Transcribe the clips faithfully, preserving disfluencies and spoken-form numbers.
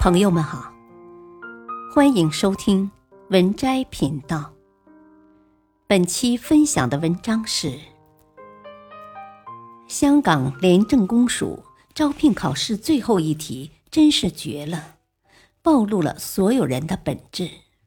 朋友们好，欢迎收听文摘频道。本期分享的文章是香港廉政公署招聘考试最后一题真是绝了，暴露了所有人的本质。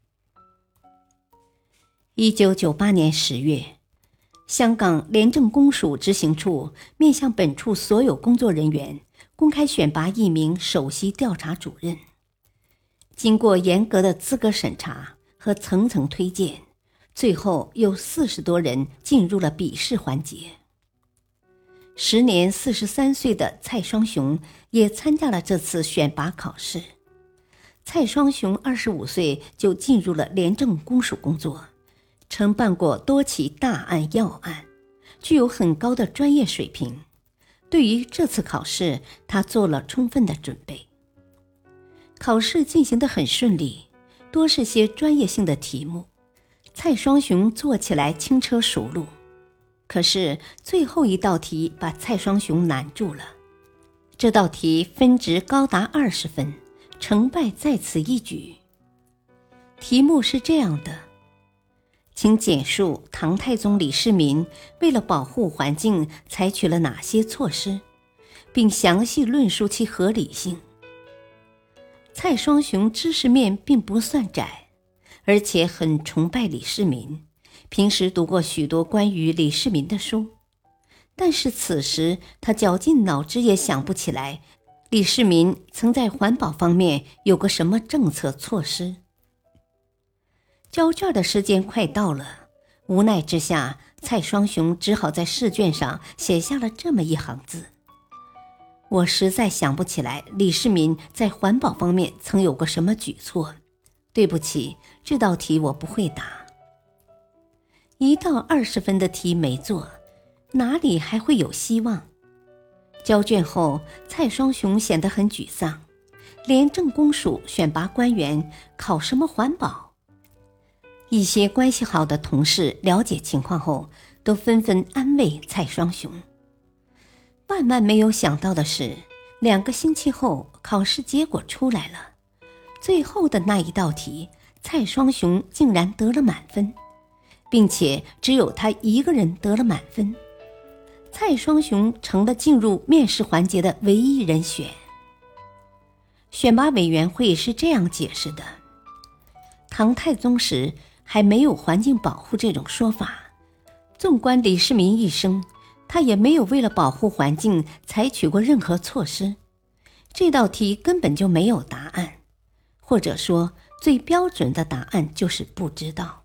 一九九八年十月，香港廉政公署执行处面向本处所有工作人员公开选拔一名首席调查主任。经过严格的资格审查和层层推荐，最后有四十多人进入了笔试环节。时年四十三岁的蔡双雄也参加了这次选拔考试。蔡双雄二十五岁就进入了廉政公署工作，承办过多起大案要案，具有很高的专业水平。对于这次考试，他做了充分的准备。考试进行得很顺利，多是些专业性的题目，蔡双雄做起来轻车熟路。可是最后一道题把蔡双雄难住了。这道题分值高达二十分，成败在此一举。题目是这样的：请简述唐太宗李世民为了保护环境采取了哪些措施，并详细论述其合理性。蔡双雄知识面并不算窄，而且很崇拜李世民，平时读过许多关于李世民的书。但是此时他绞尽脑汁也想不起来李世民曾在环保方面有个什么政策措施。交卷的时间快到了，无奈之下，蔡双雄只好在试卷上写下了这么一行字：我实在想不起来李世民在环保方面曾有过什么举措，对不起，这道题我不会答。一道二十分的题没做，哪里还会有希望？交卷后，蔡双雄显得很沮丧。廉政公署选拔官员，考什么环保？一些关系好的同事了解情况后，都纷纷安慰蔡双雄。万万没有想到的是，两个星期后，考试结果出来了。最后的那一道题，蔡双雄竟然得了满分，并且只有他一个人得了满分。蔡双雄成了进入面试环节的唯一人选。选拔委员会是这样解释的：唐太宗时还没有环境保护这种说法，纵观李世民一生，他也没有为了保护环境采取过任何措施。这道题根本就没有答案，或者说最标准的答案就是不知道。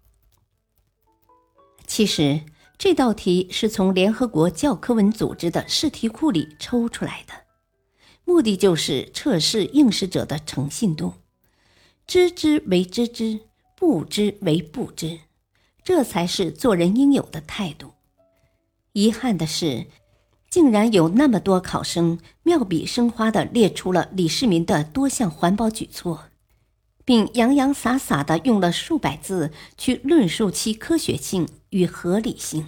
其实这道题是从联合国教科文组织的试题库里抽出来的，目的就是测试应试者的诚信度。知之为知之，不知为不知，这才是做人应有的态度。遗憾的是，竟然有那么多考生妙笔生花地列出了李世民的多项环保举措，并洋洋洒洒地用了数百字去论述其科学性与合理性。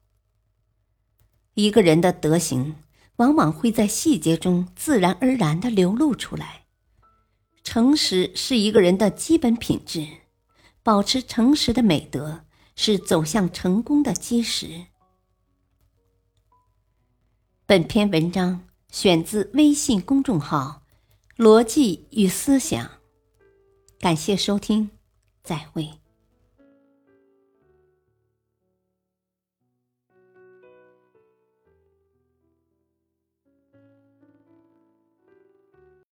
一个人的德行往往会在细节中自然而然地流露出来。诚实是一个人的基本品质，保持诚实的美德是走向成功的基石。本篇文章选自微信公众号《逻辑与思想》，感谢收听，再会。